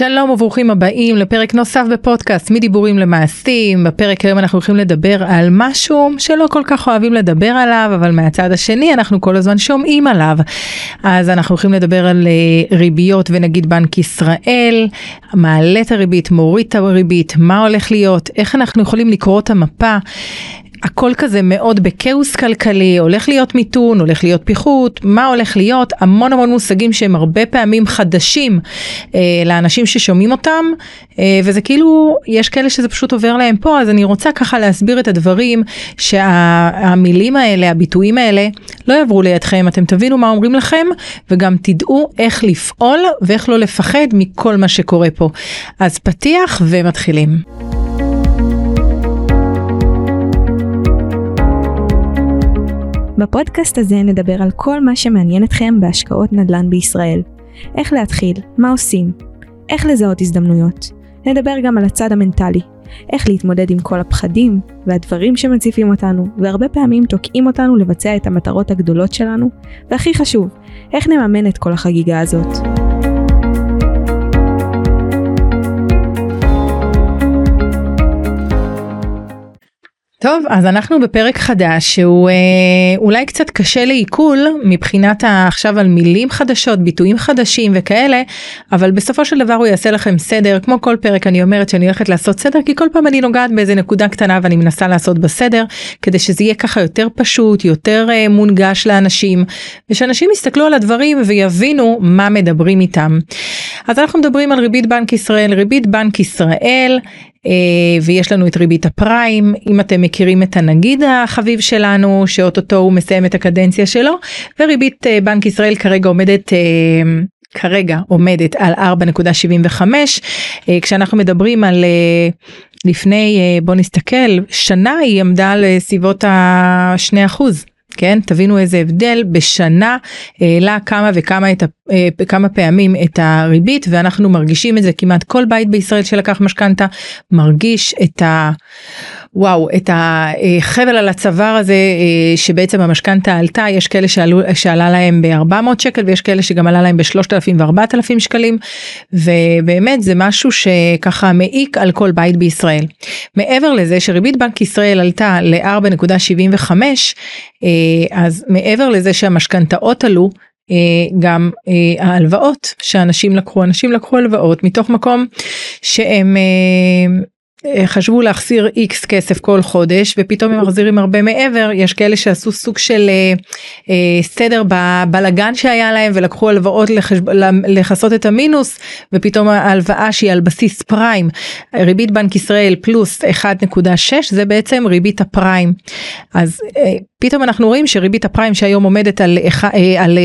שלום וברוכים הבאים לפרק נוסף בפודקאסט מדיבורים למעשים. בפרק היום אנחנו הולכים לדבר על משהו שלא כל כך אוהבים לדבר עליו, אבל מהצד השני אנחנו כל הזמן שומעים עליו. אז אנחנו הולכים לדבר על ריביות ונגיד בנק ישראל, מעלה את הריבית, מוריד את הריבית, מה הולך להיות, איך אנחנו יכולים לקרוא את המפה. הכל כזה מאוד בכאוס כלכלי, הולך להיות מיתון, הולך להיות פיחות, מה הולך להיות, המון מושגים שהם הרבה פעמים חדשים לאנשים ששומעים אותם, וזה כאילו, יש כאלה שזה פשוט עובר להם פה, אז אני רוצה ככה להסביר את הדברים, שהמילים האלה, הביטויים האלה, לא יעברו לידכם, אתם תבינו מה אומרים לכם, וגם תדעו איך לפעול, ואיך לא לפחד מכל מה שקורה פה. אז פתיח ומתחילים. בפודקאסט הזה נדבר על כל מה שמעניין אתכם בהשקעות נדל"ן בישראל. איך להתחיל, מה עושים, איך לזהות הזדמנויות. נדבר גם על הצד המנטלי, איך להתמודד עם כל הפחדים והדברים שמציפים אותנו, והרבה פעמים תוקעים אותנו לבצע את המטרות הגדולות שלנו, והכי חשוב, איך נממן את כל החגיגה הזאת. טוב, אז אנחנו בפרק חדש שהוא אולי קצת קשה לעיכול מבחינת עכשיו על מילים חדשות, ביטויים חדשים וכאלה, אבל בסופו של דבר הוא יעשה לכם סדר. כמו כל פרק אני אומרת שאני הולכת לעשות סדר, כי כל פעם אני נוגעת באיזה נקודה קטנה ואני מנסה לעשות בסדר, כדי שזה יהיה ככה יותר פשוט, יותר מונגש לאנשים, ושאנשים יסתכלו על הדברים ויבינו מה מדברים איתם. אז אנחנו מדברים על ריבית בנק ישראל. ריבית בנק ישראל, ויש לנו את ריבית הפריים, אם אתם מכירים את הנגיד החביב שלנו, שאוטוטו הוא מסיים את הקדנציה שלו, וריבית בנק ישראל כרגע עומדת על 4.75, כשאנחנו מדברים על לפני, בוא נסתכל, שנה היא עמדה על סביבות ה2%. כן, תבינו איזה הבדל בשנה, העלה כמה פעמים את הריבית, ואנחנו מרגישים את זה, כמעט כל בית בישראל שלקח משכנתה, מרגיש את החבל על הצוואר הזה, שבעצם המשכנתה עלתה. יש כאלה שעלה להם ב-400 שקל, ויש כאלה שגם עלה להם ב-3,000 ו-4,000 שקלים, ובאמת זה משהו שככה מעיק על כל בית בישראל. מעבר לזה שריבית בנק ישראל עלתה ל-4.75, אז מעבר לזה שהמשכנתאות עלו, גם ההלוואות שאנשים לקחו הלוואות מתוך מקום שהם חשבו להחזיר X כסף כל חודש, ופתאום הם מחזירים הרבה מעבר. יש כאלה שעשו סוג של סדר בבלגן שהיה להם, ולקחו הלוואות לחסות את המינוס, ופתאום ההלוואה שהיא על בסיס פריים, ריבית בנק ישראל פלוס 1.6, זה בעצם ריבית הפריים. אז פתאום אנחנו רואים שריבית הפריים שהיום עומדת על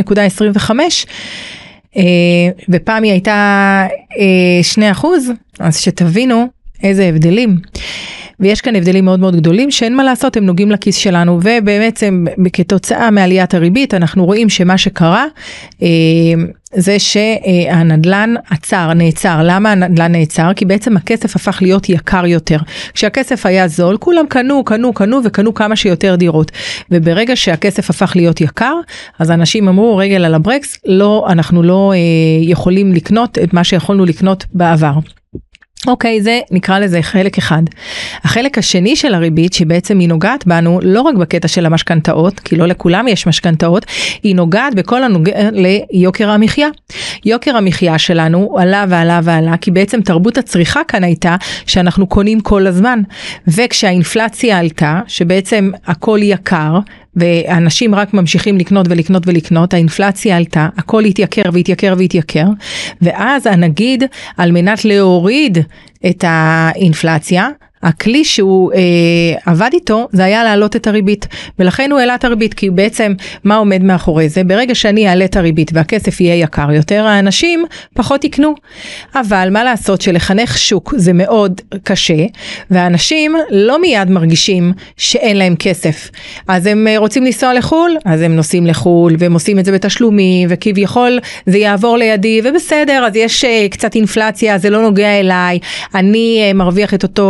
6.25, ופעם היא הייתה 2%, אז שתבינו איזה הבדלים. ויש כאן הבדלים מאוד מאוד גדולים שאין מה לעשות, הם נוגעים לכיס שלנו, ובעצם כתוצאה מעליית הריבית אנחנו רואים שמה שקרה זה שהנדלן נעצר. למה הנדלן נעצר? כי בעצם הכסף הפך להיות יקר יותר. כשהכסף היה זול, כולם קנו כמה שיותר דירות. וברגע שהכסף הפך להיות יקר, אז אנשים אמרו רגל על הברקס, לא, אנחנו לא יכולים לקנות את מה שיכולנו לקנות בעבר. אוקיי, זה נקרא לזה חלק אחד. החלק השני של הריבית, שבעצם היא נוגעת בנו, לא רק בקטע של המשכנתאות, כי לא לכולם יש משכנתאות, היא נוגעת בכל הנוגע ליוקר המחיה. יוקר המחיה שלנו עלה ועלה ועלה, כי בעצם תרבות הצריכה כאן הייתה שאנחנו קונים כל הזמן. וכשהאינפלציה עלתה, שבעצם הכל יקר, ואנשים רק ממשיכים לקנות, האינפלציה עלתה, הכל התייקר, ואז הנגיד, על מנת להוריד את האינפלציה, הכלי שהוא עבד איתו, זה היה להעלות את הריבית, ולכן הוא העלה את הריבית, כי בעצם מה עומד מאחורי זה? ברגע שאני אעלה את הריבית והכסף יהיה יקר יותר, האנשים פחות יקנו. אבל מה לעשות שלחנך שוק זה מאוד קשה, והאנשים לא מיד מרגישים שאין להם כסף. אז הם רוצים לנסוע לחול, אז הם נוסעים לחול, והם עושים את זה בתשלומים, וכביכול זה יעבור לידי, ובסדר, אז יש קצת אינפלציה, זה לא נוגע אליי, אני מרוויח את אותו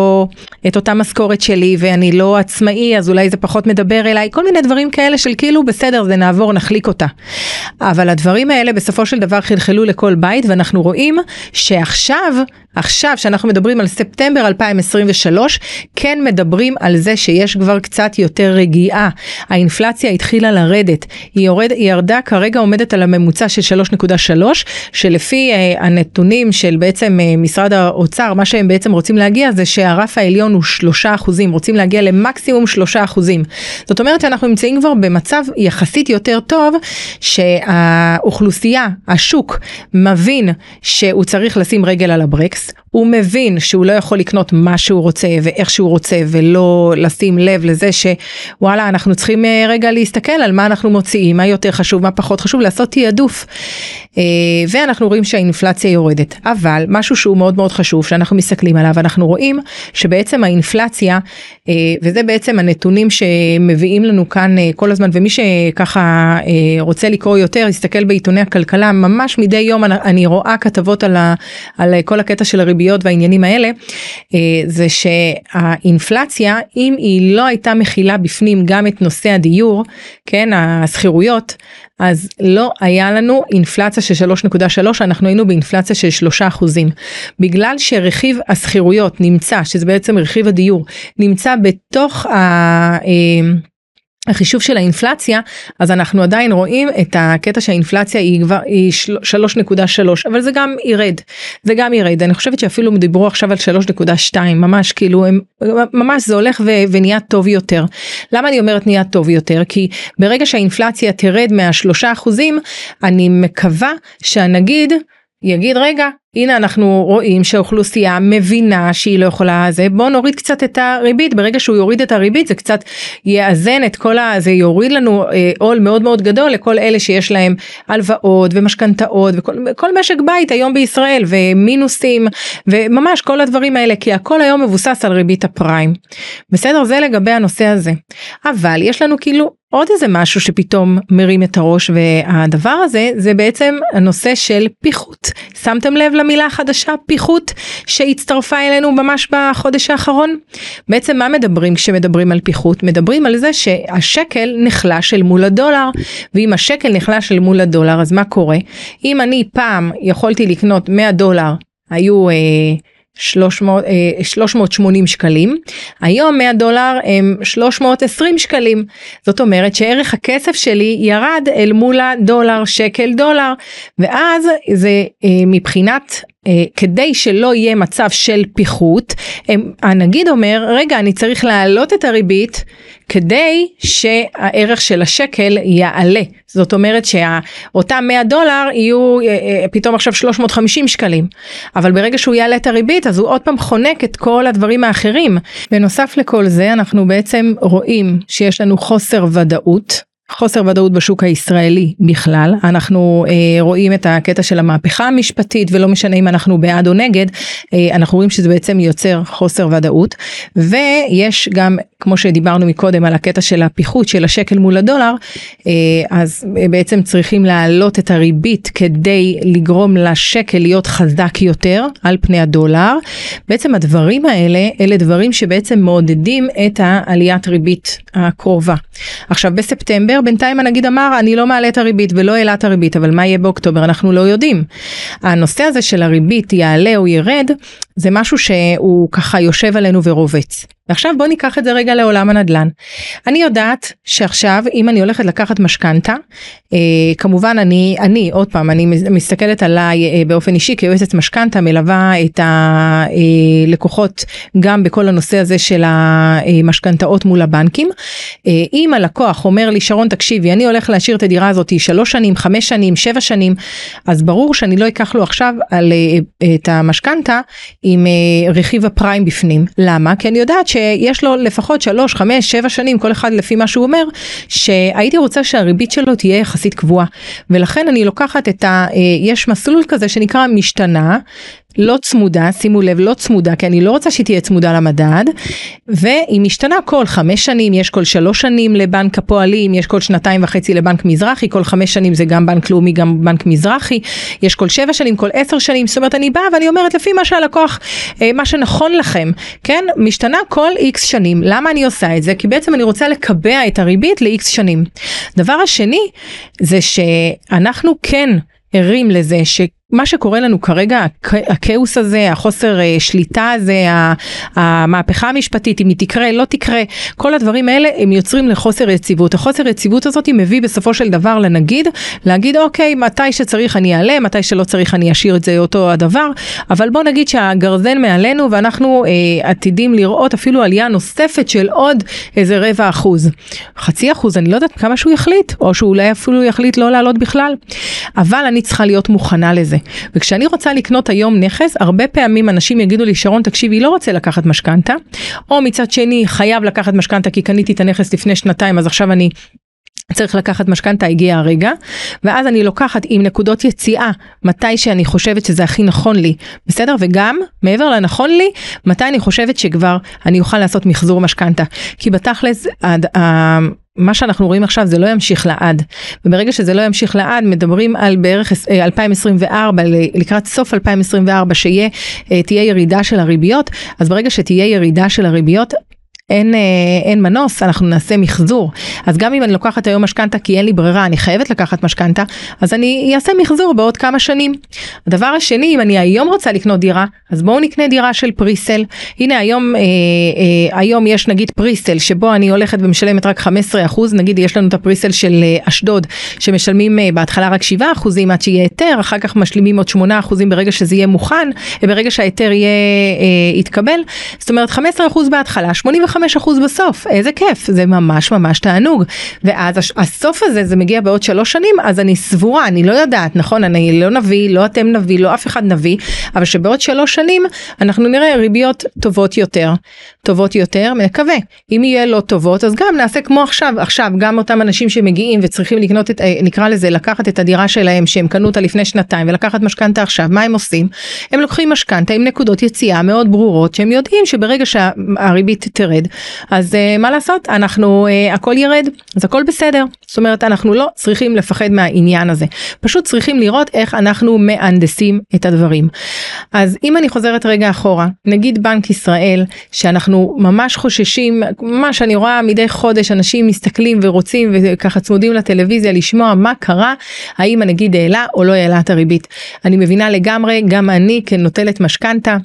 את אותה משכורת שלי, ואני לא עצמאי, אז אולי זה פחות מדבר אליי, כל מיני דברים כאלה של כאילו בסדר, זה נעבור, נחליק אותה. אבל הדברים האלה בסופו של דבר חלחלו לכל בית, ואנחנו רואים שעכשיו שאנחנו מדברים על ספטמבר 2023, כן מדברים על זה שיש כבר קצת יותר רגיעה. האינפלציה התחילה לרדת. היא ירדה, כרגע עומדת על הממוצע של 3.3, שלפי הנתונים של בעצם משרד האוצר, מה שהם בעצם רוצים להגיע זה שהרף העליון הוא 3%, רוצים להגיע למקסימום 3%. זאת אומרת שאנחנו נמצאים כבר במצב יחסית יותר טוב, שהאוכלוסייה, השוק, מבין שהוא צריך לשים רגל על הברקס, הוא מבין שהוא לא יכול לקנות מה שהוא רוצה ואיך שהוא רוצה, ולא לשים לב לזה שוואלה, אנחנו צריכים רגע להסתכל על מה אנחנו מוציאים, מה יותר חשוב, מה פחות חשוב, לעשות תיעדוף. ואנחנו רואים שהאינפלציה יורדת. אבל משהו שהוא מאוד מאוד חשוב, שאנחנו מסתכלים עליו, אנחנו רואים שבעצם האינפלציה, וזה בעצם הנתונים שמביאים לנו כאן כל הזמן, ומי שככה רוצה לקרוא יותר, יסתכל בעיתוני הכלכלה, ממש מדי יום אני רואה כתבות על כל הקטע של הריביות והעניינים האלה, זה שהאינפלציה, אם היא לא הייתה מכילה בפנים גם את נושא הדיור, כן, הסחירויות, אז לא היה לנו אינפלציה של 3.3, אנחנו היינו באינפלציה של 3%. בגלל שרכיב הסחירויות נמצא, שזה בעצם רכיב הדיור, נמצא בתוך החישוב של האינפלציה, אז אנחנו עדיין רואים את הקטע שהאינפלציה היא 3.3, אבל זה גם ירד, אני חושבת שאפילו דיברו עכשיו על 3.2, ממש כאילו, ממש זה הולך ונהיה טוב יותר. למה אני אומרת נהיה טוב יותר? כי ברגע שהאינפלציה תרד מה3%, אני מקווה שהנגיד יגיד רגע, הנה אנחנו רואים שהאוכלוסייה מבינה שהיא לא יכולה, בוא נוריד קצת את הריבית, ברגע שהוא יוריד את הריבית זה קצת יאזן את כל זה יוריד לנו עול מאוד מאוד גדול לכל אלה שיש להם הלוואות ומשכנתאות וכל משק בית היום בישראל ומינוסים וממש כל הדברים האלה, כי הכל היום מבוסס על ריבית הפריים. בסדר, זה לגבי הנושא הזה. אבל יש לנו כאילו עוד איזה משהו שפתאום מרים את הראש, והדבר הזה זה בעצם הנושא של פיחות. שמתם לב למילה החדשה, פיחות, שהצטרפה אלינו ממש בחודש האחרון? בעצם מה מדברים כשמדברים על פיחות? מדברים על זה שהשקל נחלש אל מול הדולר, ואם השקל נחלש אל מול הדולר, אז מה קורה? אם אני פעם יכולתי לקנות $100, היו 380 שקלים, היום $100 הם 320 שקלים, זאת אומרת שערך הכסף שלי ירד אל מול הדולר, שקל דולר, ואז זה מבחינת, כדי שלא יהיה מצב של פיחות, הנגיד אומר, רגע, אני צריך להעלות את הריבית, כדי שהערך של השקל יעלה. זאת אומרת שאותם $100 יהיו פתאום עכשיו 350 שקלים. אבל ברגע שהוא יעלה את הריבית, אז הוא עוד פעם חונק את כל הדברים האחרים. בנוסף לכל זה, אנחנו בעצם רואים שיש לנו חוסר ודאות בשוק הישראלי בכלל. אנחנו רואים את הקטע של המהפכה המשפטית, ולא משנה אם אנחנו בעד או נגד, אנחנו רואים שזה בעצם יוצר חוסר ודאות, ויש גם, כמו שדיברנו מקודם, על הקטע של הפיחות של השקל מול הדולר, אז בעצם צריכים להעלות את הריבית, כדי לגרום לשקל להיות חזק יותר, על פני הדולר. בעצם הדברים האלה, אלה דברים שבעצם מעודדים את העליית ריבית הקרובה. עכשיו בספטמבר, בינתיים הנגיד אמר, אני לא מעלה את הריבית ולא העלה את הריבית, אבל מה יהיה באוקטובר? אנחנו לא יודעים. הנושא הזה של הריבית יעלה או ירד, זה משהו שהוא ככה יושב עלינו ורובץ. ועכשיו בוא ניקח את זה רגע לעולם הנדל"ן. אני יודעת שעכשיו אם אני הולכת לקחת משכנתה, כמובן אני עוד פעם, אני מסתכלת עליי באופן אישי כיועצת משכנתה, מלווה את הלקוחות גם בכל הנושא הזה של המשכנתאות מול הבנקים. אם הלקוח אומר לי, שרון תקשיבי, אני הולך להשאיר את הדירה הזאת 3 שנים, 5 שנים, 7 שנים, אז ברור שאני לא אקח לו עכשיו את המשכנתה עם רכיב הפריים בפנים. למה? כי אני יודעת שיש לו לפחות 3, 5, 7 שנים, כל אחד לפי מה שהוא אומר, שהייתי רוצה שהריבית שלו תהיה יחסית קבועה. ולכן אני לוקחת יש מסלול כזה שנקרא משתנה, לא צמודה, שימו לב, לא צמודה, כי אני לא רוצה שהיא תהיה צמודה למדד, והיא משתנה כל 5 שנים, יש כל 3 שנים לבנק הפועלים, יש כל 2.5 לבנק מזרחי, כל 5 שנים זה גם בנק לאומי, גם בנק מזרחי, יש כל 7 שנים, כל 10 שנים, זאת אומרת, אני באה ואני אומרת, לפי מה שהלקוח, מה שנכון לכם, כן? משתנה כל X שנים. למה אני עושה את זה? כי בעצם אני רוצה לקבע את הריבית ל-X שנים. דבר השני, זה שאנחנו כן ערים לזה מה שקורה לנו כרגע, הכאוס הזה, החוסר שליטה הזה, המהפכה המשפטית, אם היא תקרה, לא תקרה, כל הדברים האלה הם יוצרים לחוסר יציבות. החוסר יציבות הזאת מביא בסופו של דבר לנגיד, להגיד אוקיי, מתי שצריך אני אעלה, מתי שלא צריך אני אשאיר את זה אותו הדבר, אבל בוא נגיד שהגרזן מעלינו ואנחנו עתידים לראות אפילו עלייה נוספת של עוד איזה 0.25%. 0.5%, אני לא יודעת כמה שהוא יחליט, או שהוא אולי אפילו יחליט לא לעלות בכלל, אבל אני צריכה להיות מוכנה לזה. וכשאני רוצה לקנות היום נכס, הרבה פעמים אנשים יגידו לי, שרון, תקשיבי, לא רוצה לקחת משכנתה, או מצד שני, חייב לקחת משכנתה, כי קניתי את הנכס לפני 2 אז עכשיו אני צריך לקחת משכנתה, הגיע הרגע, ואז אני לוקחת עם נקודות יציאה, מתי שאני חושבת שזה הכי נכון לי, בסדר? וגם, מעבר לנכון לי, מתי אני חושבת שכבר אני אוכל לעשות מחזור משכנתה, כי בתכלס, מה שאנחנו רואים עכשיו זה לא ימשיך לעד, וברגע שזה לא ימשיך לעד, מדברים על בערך 2024, לקראת סוף 2024, תהיה ירידה של הריביות, אז ברגע שתהיה ירידה של הריביות, אין מנוס, אנחנו נעשה מחזור. אז גם אם אני לוקחת היום משכנתה כי אין לי ברירה, אני חייבת לקחת משכנתה, אז אני אעשה מחזור בעוד כמה שנים. הדבר השני, אם אני היום רוצה לקנות דירה, אז בואו נקנה דירה של פריסל. הנה היום יש נגיד פריסל, שבו אני הולכת ומשלמת רק 15%, נגיד יש לנו את הפריסל של אשדוד, שמשלמים בהתחלה רק 7% עד שיהיה היתר, אחר כך משלימים עוד 8% ברגע שזה יהיה מוכן, ברגע שההיתר יתקבל. זאת אומרת 15% בהתחלה, 85% בסוף, איזה כיף, זה ממש ממש תענוג, ואז הסוף הזה, זה מגיע בעוד 3 שנים, אז אני סבורה, אני לא יודעת, נכון, אני לא נביא, לא אתם נביא, לא אף אחד נביא, אבל שבעוד 3 שנים, אנחנו נראה ריביות טובות יותר, מקווה, אם יהיה לא טובות, אז גם נעשה כמו עכשיו, גם אותם אנשים שמגיעים וצריכים לקנות נקרא לזה, לקחת את הדירה שלהם, שהם קנו אותה לפני 2 ולקחת משכנתה עכשיו, מה הם עושים? הם לוקחים משכנתה עם נקודות יציאה מאוד ברורות, שהם יודעים שברגע שהריבית תרד, אז מה לעשות? הכל ירד, אז הכל בסדר. זאת אומרת, אנחנו לא צריכים לפחד מהעניין הזה. פשוט צריכים לראות איך אנחנו מהנדסים את הדברים. אז אם אני חוזרת רגע אחורה, נגיד בנק ישראל, שאנחנו ממש חוששים, ממש אני רואה מדי חודש, אנשים מסתכלים ורוצים וככה צמודים לטלוויזיה, לשמוע מה קרה, האם הנגיד העלה או לא העלה את הריבית. אני מבינה לגמרי, גם אני כנוטלת משכנתה,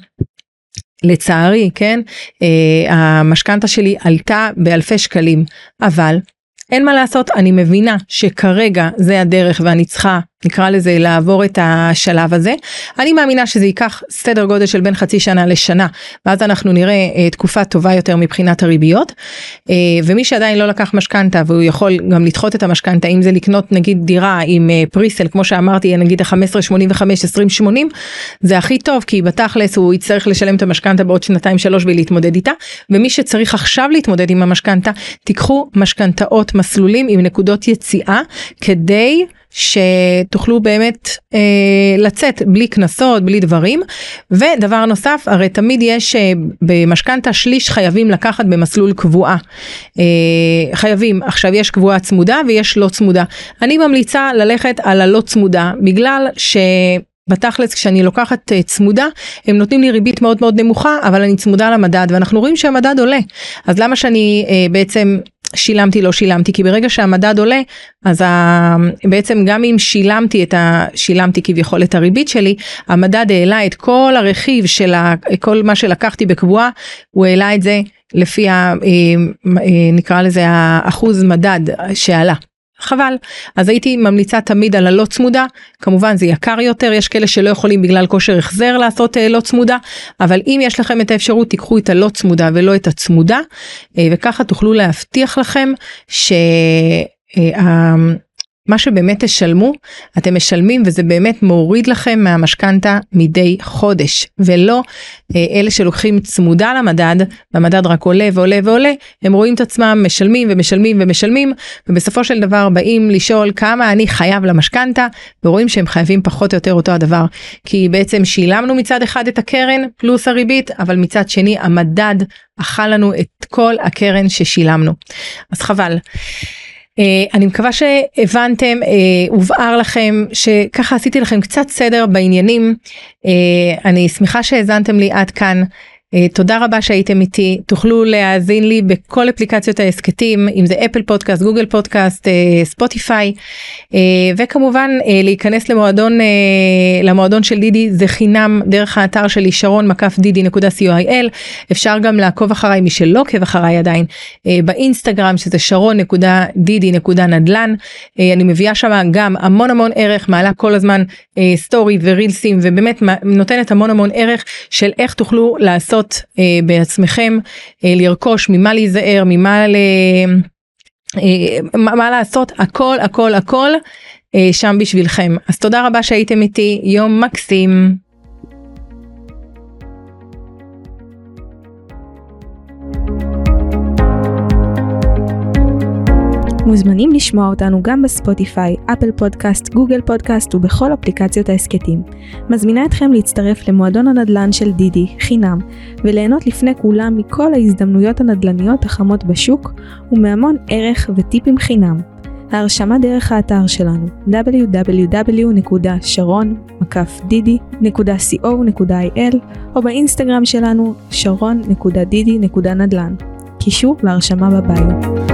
לצערי, כן, המשכנתה שלי עלתה באלפי שקלים, אבל אין מה לעשות, אני מבינה שכרגע זה הדרך ואני צריכה, נקרא לזה, לעבור את השלב הזה. אני מאמינה שזה ייקח סדר גודל של בין 0.5 שנה לשנה, ואז אנחנו נראה תקופה טובה יותר מבחינת הריביות, ומי שעדיין לא לקח משכנתה, והוא יכול גם לדחות את המשכנתה, אם זה לקנות נגיד דירה עם פריסל, כמו שאמרתי, נגיד ה-15.85, 20.80, זה הכי טוב, כי בתכלס הוא יצטרך לשלם את המשכנתה בעוד 2-3 ולהתמודד איתה, ומי שצריך עכשיו להתמודד עם המשכנתה, תיקחו משכנתאות מסלולים עם נקודות יציאה, כדי שתוכלו באמת לצאת בלי כנסות, בלי דברים. ודבר נוסף, הרי תמיד יש במשכנתה שליש חייבים לקחת במסלול קבועה. חייבים, עכשיו יש קבועה צמודה ויש לא צמודה. אני ממליצה ללכת על הלא צמודה, בגלל בתכלס כשאני לוקחת צמודה, הם נותנים לי ריבית מאוד מאוד נמוכה, אבל אני צמודה למדד, ואנחנו רואים שהמדד עולה. אז למה שאני בעצם לא שילמתי, כי ברגע שהמדד עולה, אז בעצם גם אם שילמתי כביכול את הריבית שלי, המדד העלה את כל הרכיב של כל מה שלקחתי בקבועה, הוא העלה את זה לפי נקרא לזה האחוז מדד שעלה. חבל, אז הייתי ממליצה תמיד על הלא צמודה, כמובן זה יקר יותר, יש כאלה שלא יכולים בגלל כושר החזר לעשות לא צמודה, אבל אם יש לכם את האפשרות, תיקחו את הלא צמודה ולא את הצמודה, וככה תוכלו להבטיח לכם מה שבאמת תשלמו, אתם משלמים וזה באמת מוריד לכם מהמשכנתה מדי חודש, ולא אלה שלוקחים צמודה למדד, והמדד רק עולה ועולה ועולה, הם רואים את עצמם משלמים ומשלמים ומשלמים, ובסופו של דבר באים לשאול כמה אני חייב למשכנתה, ורואים שהם חייבים פחות או יותר אותו הדבר, כי בעצם שילמנו מצד אחד את הקרן פלוס הריבית, אבל מצד שני המדד אכל לנו את כל הקרן ששילמנו. אז חבל. אני מקווה שהבנתם, הובהר לכם, שככה עשיתי לכם קצת סדר בעניינים. אני שמחה שהאזנתם לי עד כאן. תודה רבה שהייתם איתי, תוכלו להאזין לי בכל אפליקציות ההסקטים, אם זה אפל פודקאסט, גוגל פודקאסט, ספוטיפיי, וכמובן להיכנס למועדון של דידי, זה חינם דרך האתר שלי sharon-didi.coil, אפשר גם לעקוב אחריי, מי שלא עוקב אחריי עדיין, באינסטגרם שזה sharon.didi.nadlan, אני מביאה שם גם המון ערך, מעלה כל הזמן סטורי ורילסים, ובאמת נותנת המון ערך של איך תוכלו לעשות בעצמכם, לרכוש, ממה להיזהר, מה לעשות, הכל שם בשבילכם. אז תודה רבה שהייתם איתי, יום מקסים. מוזמנים לשמוע אותנו גם בספוטיפיי, אפל פודקאסט, גוגל פודקאסט ובכל אפליקציות ההסקטים. מזמינה אתכם להצטרף למועדון הנדל"ן של דידי, חינם, וליהנות לפני כולם מכל ההזדמנויות הנדל"ניות החמות בשוק, ומהמון ערך וטיפים חינם. ההרשמה דרך האתר שלנו www.sharon-didi.co.il או באינסטגרם שלנו sharon.didi.nadlan. קישור להרשמה בביו.